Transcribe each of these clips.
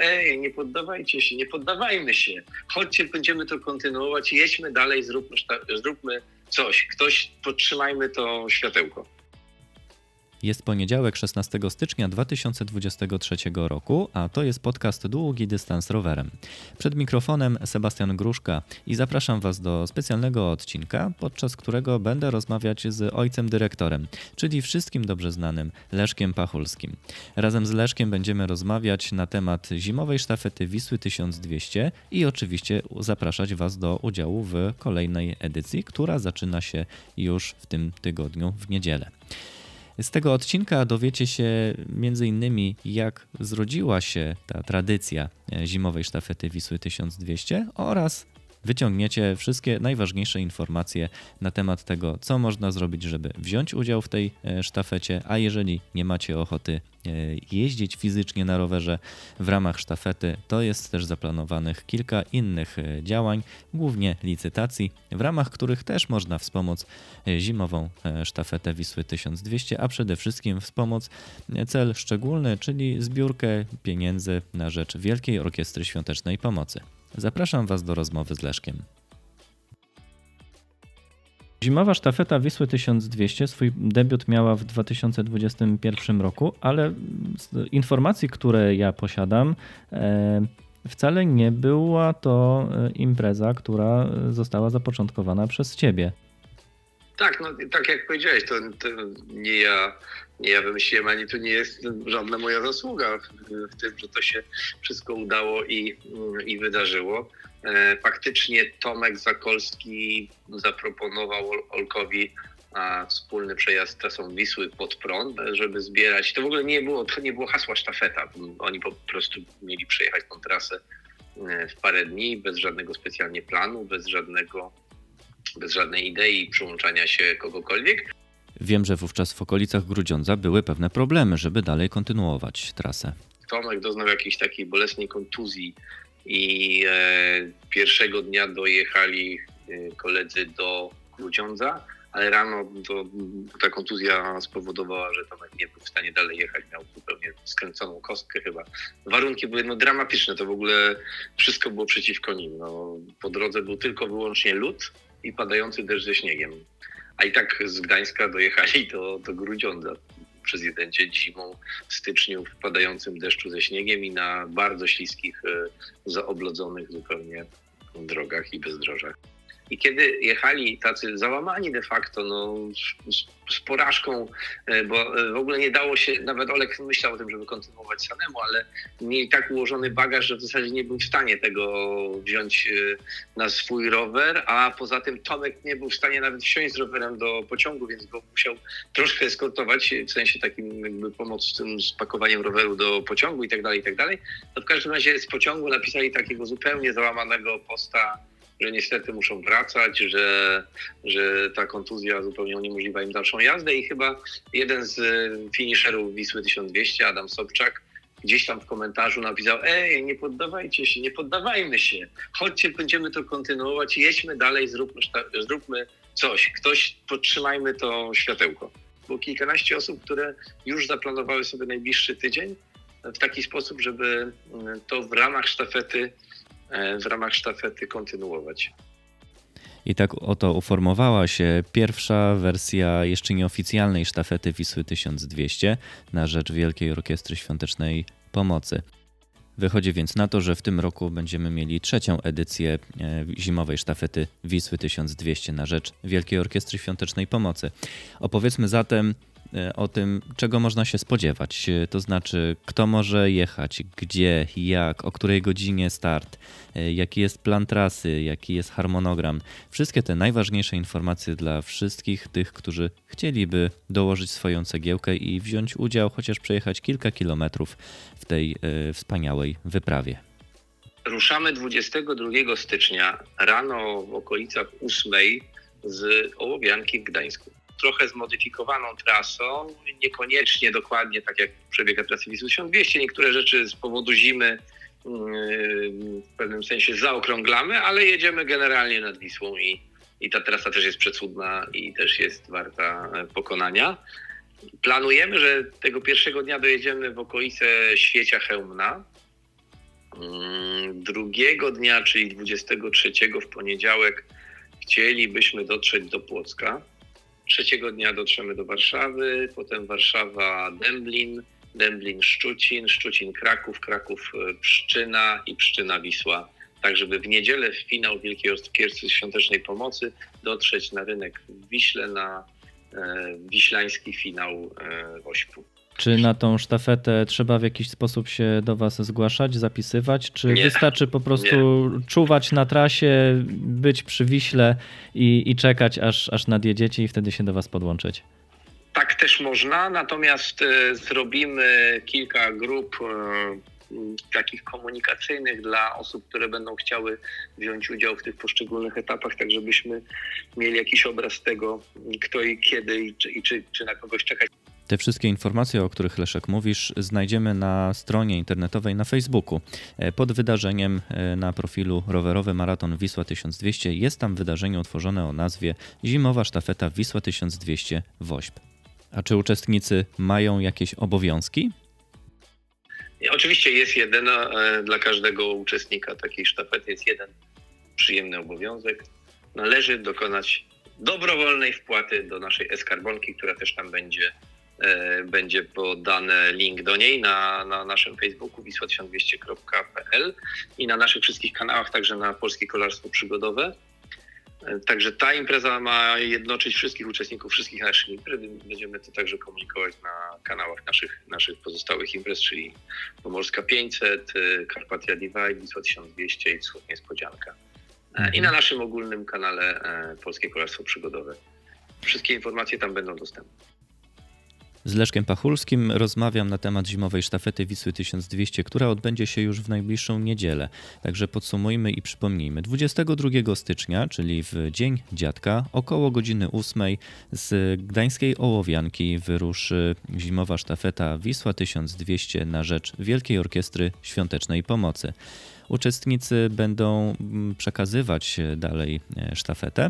ej, nie poddawajcie się, nie poddawajmy się, chodźcie, będziemy to kontynuować, jedźmy dalej, zróbmy coś, podtrzymajmy to światełko. Jest poniedziałek, 16 stycznia 2023 roku, a to jest podcast Długi Dystans Rowerem. Przed mikrofonem Sebastian Gruszka i zapraszam Was do specjalnego odcinka, podczas którego będę rozmawiać z ojcem dyrektorem, czyli wszystkim dobrze znanym Leszkiem Pachulskim. Razem z Leszkiem będziemy rozmawiać na temat zimowej sztafety Wisły 1200 i oczywiście zapraszać Was do udziału w kolejnej edycji, która zaczyna się już w tym tygodniu w niedzielę. Z tego odcinka dowiecie się m.in. jak zrodziła się ta tradycja zimowej sztafety Wisły 1200 oraz wyciągniecie wszystkie najważniejsze informacje na temat tego, co można zrobić, żeby wziąć udział w tej sztafecie, a jeżeli nie macie ochoty jeździć fizycznie na rowerze w ramach sztafety, to jest też zaplanowanych kilka innych działań, głównie licytacji, w ramach których też można wspomóc zimową sztafetę Wisły 1200, a przede wszystkim wspomóc cel szczególny, czyli zbiórkę pieniędzy na rzecz Wielkiej Orkiestry Świątecznej Pomocy. Zapraszam Was do rozmowy z Leszkiem. Zimowa sztafeta Wisły 1200 swój debiut miała w 2021 roku, ale z informacji, które ja posiadam, wcale nie była to impreza, która została zapoczątkowana przez Ciebie. Tak, no tak jak powiedziałeś, to nie ja wymyśliłem, ani to nie jest żadna moja zasługa w tym, że to się wszystko udało i wydarzyło. Faktycznie Tomek Zakolski zaproponował Olkowi wspólny przejazd trasą Wisły pod prąd, żeby zbierać. To w ogóle to nie było hasła sztafeta. Oni po prostu mieli przejechać tą trasę w parę dni, bez żadnego specjalnie planu, bez żadnej idei przyłączania się kogokolwiek. Wiem, że wówczas w okolicach Grudziądza były pewne problemy, żeby dalej kontynuować trasę. Tomek doznał jakiejś takiej bolesnej kontuzji i pierwszego dnia dojechali koledzy do Grudziądza, ale rano ta kontuzja spowodowała, że Tomek nie był w stanie dalej jechać, miał zupełnie skręconą kostkę chyba. Warunki były dramatyczne, to w ogóle wszystko było przeciwko nim. Po drodze był tylko wyłącznie lód i padający deszcz ze śniegiem. A i tak z Gdańska dojechali do Grudziądza przez jeden dzień zimą w styczniu w padającym deszczu ze śniegiem i na bardzo śliskich, zaoblodzonych zupełnie drogach i bezdrożach. I kiedy jechali tacy załamani de facto, z porażką, bo w ogóle nie dało się, nawet Olek myślał o tym, żeby kontynuować samemu, ale mieli tak ułożony bagaż, że w zasadzie nie był w stanie tego wziąć na swój rower, a poza tym Tomek nie był w stanie nawet wsiąść z rowerem do pociągu, więc go musiał troszkę eskortować, w sensie takim jakby pomóc z tym spakowaniem roweru do pociągu i tak dalej. To w każdym razie z pociągu napisali takiego zupełnie załamanego posta, że niestety muszą wracać, że ta kontuzja zupełnie uniemożliwia im dalszą jazdę i chyba jeden z finisherów Wisły 1200, Adam Sobczak, gdzieś tam w komentarzu napisał: ej, nie poddawajcie się, nie poddawajmy się, chodźcie, będziemy to kontynuować, jedźmy dalej, zróbmy coś, podtrzymajmy to światełko. Było kilkanaście osób, które już zaplanowały sobie najbliższy tydzień w taki sposób, żeby to w ramach sztafety kontynuować. I tak oto uformowała się pierwsza wersja jeszcze nieoficjalnej sztafety Wisły 1200 na rzecz Wielkiej Orkiestry Świątecznej Pomocy. Wychodzi więc na to, że w tym roku będziemy mieli trzecią edycję zimowej sztafety Wisły 1200 na rzecz Wielkiej Orkiestry Świątecznej Pomocy. Opowiedzmy zatem o tym, czego można się spodziewać, to znaczy kto może jechać, gdzie, jak, o której godzinie start, jaki jest plan trasy, jaki jest harmonogram. Wszystkie te najważniejsze informacje dla wszystkich tych, którzy chcieliby dołożyć swoją cegiełkę i wziąć udział, chociaż przejechać kilka kilometrów w tej wspaniałej wyprawie. Ruszamy 22 stycznia rano w okolicach 8 z Ołowianki w Gdańsku. Trochę zmodyfikowaną trasą, niekoniecznie dokładnie tak jak przebiega trasa Wisły 1200. Niektóre rzeczy z powodu zimy w pewnym sensie zaokrąglamy, ale jedziemy generalnie nad Wisłą i ta trasa też jest przecudna i też jest warta pokonania. Planujemy, że tego pierwszego dnia dojedziemy w okolice Świecia Chełmna Drugiego dnia, czyli 23 w poniedziałek, chcielibyśmy dotrzeć do Płocka. Trzeciego dnia dotrzemy do Warszawy, potem Warszawa Dęblin, Dęblin Szczucin, Szczucin Kraków, Kraków Pszczyna i Pszczyna Wisła. Tak, żeby w niedzielę w finał Wielkiej Orkiestry Świątecznej Pomocy dotrzeć na rynek w Wiśle na wiślański finał Wośpu. Czy na tą sztafetę trzeba w jakiś sposób się do was zgłaszać, zapisywać? Czy wystarczy po prostu czuwać na trasie, być przy Wiśle i czekać, aż nadjedziecie i wtedy się do was podłączyć? Tak też można, natomiast zrobimy kilka grup takich komunikacyjnych dla osób, które będą chciały wziąć udział w tych poszczególnych etapach, tak żebyśmy mieli jakiś obraz tego, kto i kiedy i czy na kogoś czekać. Te wszystkie informacje, o których Leszek mówisz, znajdziemy na stronie internetowej na Facebooku. Pod wydarzeniem na profilu Rowerowy Maraton Wisła 1200 jest tam wydarzenie utworzone o nazwie Zimowa Sztafeta Wisła 1200 Wośp. A czy uczestnicy mają jakieś obowiązki? Oczywiście jest jeden, dla każdego uczestnika takiej sztafety jest jeden przyjemny obowiązek. Należy dokonać dobrowolnej wpłaty do naszej e-skarbonki, która też tam będzie podany link do niej na naszym Facebooku wisła1200.pl i na naszych wszystkich kanałach, także na Polskie Kolarstwo Przygodowe. Także ta impreza ma jednoczyć wszystkich uczestników wszystkich naszych imprez. Będziemy to także komunikować na kanałach naszych pozostałych imprez, czyli Pomorska 500, Karpatia Divide, Wisła 1200 i Wschód Niespodzianka. I na naszym ogólnym kanale Polskie Kolarstwo Przygodowe. Wszystkie informacje tam będą dostępne. Z Leszkiem Pachulskim rozmawiam na temat zimowej sztafety Wisły 1200, która odbędzie się już w najbliższą niedzielę. Także podsumujmy i przypomnijmy. 22 stycznia, czyli w Dzień Dziadka, około godziny 8 z gdańskiej Ołowianki wyruszy zimowa sztafeta Wisła 1200 na rzecz Wielkiej Orkiestry Świątecznej Pomocy. Uczestnicy będą przekazywać dalej sztafetę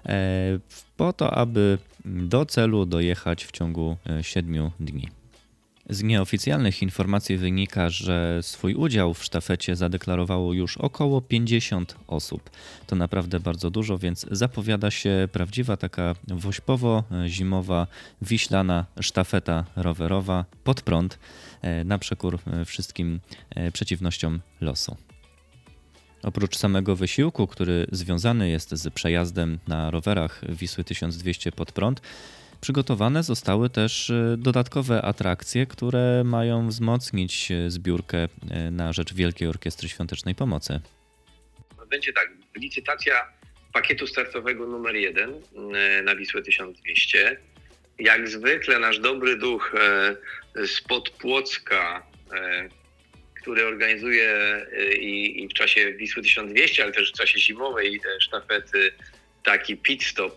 po to, aby do celu dojechać w ciągu 7 dni. Z nieoficjalnych informacji wynika, że swój udział w sztafecie zadeklarowało już około 50 osób. To naprawdę bardzo dużo, więc zapowiada się prawdziwa taka wośpowo-zimowa, wiślana sztafeta rowerowa pod prąd na przekór wszystkim przeciwnościom losu. Oprócz samego wysiłku, który związany jest z przejazdem na rowerach Wisły 1200 pod prąd, przygotowane zostały też dodatkowe atrakcje, które mają wzmocnić zbiórkę na rzecz Wielkiej Orkiestry Świątecznej Pomocy. Będzie tak, licytacja pakietu startowego numer 1 na Wisłę 1200. Jak zwykle nasz dobry duch spod Płocka, który organizuje i w czasie Wisły 1200, ale też w czasie zimowej sztafety taki pit stop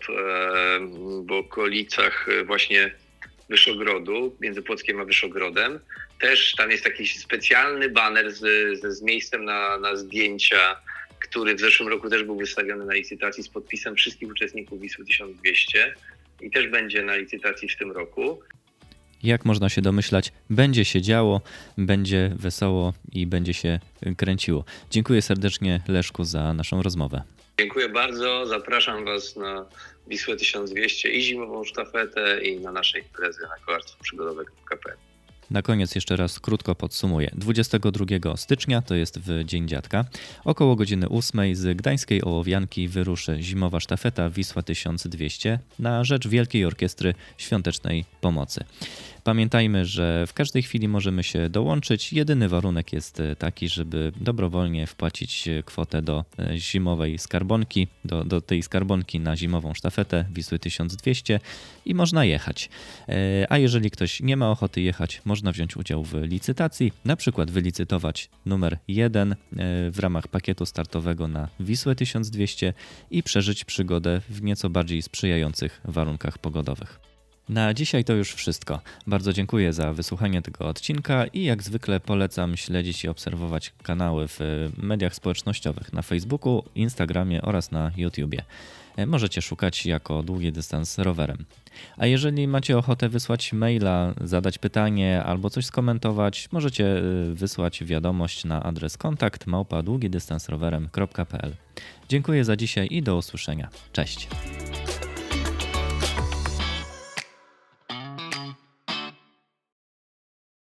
w okolicach właśnie Wyszogrodu, między Płockiem a Wyszogrodem. Też tam jest taki specjalny baner z miejscem na zdjęcia, który w zeszłym roku też był wystawiony na licytacji z podpisem wszystkich uczestników Wisły 1200 i też będzie na licytacji w tym roku. Jak można się domyślać, będzie się działo, będzie wesoło i będzie się kręciło. Dziękuję serdecznie, Leszku, za naszą rozmowę. Dziękuję bardzo. Zapraszam Was na Wisłę 1200 i zimową sztafetę i na nasze imprezy na kolarstwoprzygodowe.pl. Na koniec jeszcze raz krótko podsumuję. 22 stycznia, to jest w Dzień Dziadka, około godziny 8 z gdańskiej Ołowianki wyruszy zimowa sztafeta Wisła 1200 na rzecz Wielkiej Orkiestry Świątecznej Pomocy. Pamiętajmy, że w każdej chwili możemy się dołączyć. Jedyny warunek jest taki, żeby dobrowolnie wpłacić kwotę do zimowej skarbonki, do tej skarbonki na zimową sztafetę Wisły 1200 i można jechać. A jeżeli ktoś nie ma ochoty jechać, można wziąć udział w licytacji, na przykład wylicytować numer 1 w ramach pakietu startowego na Wisłę 1200 i przeżyć przygodę w nieco bardziej sprzyjających warunkach pogodowych. Na dzisiaj to już wszystko. Bardzo dziękuję za wysłuchanie tego odcinka i jak zwykle polecam śledzić i obserwować kanały w mediach społecznościowych na Facebooku, Instagramie oraz na YouTubie. Możecie szukać jako Długi Dystans Rowerem. A jeżeli macie ochotę wysłać maila, zadać pytanie albo coś skomentować, możecie wysłać wiadomość na adres kontakt@długidystansrowerem.pl. Dziękuję za dzisiaj i do usłyszenia. Cześć!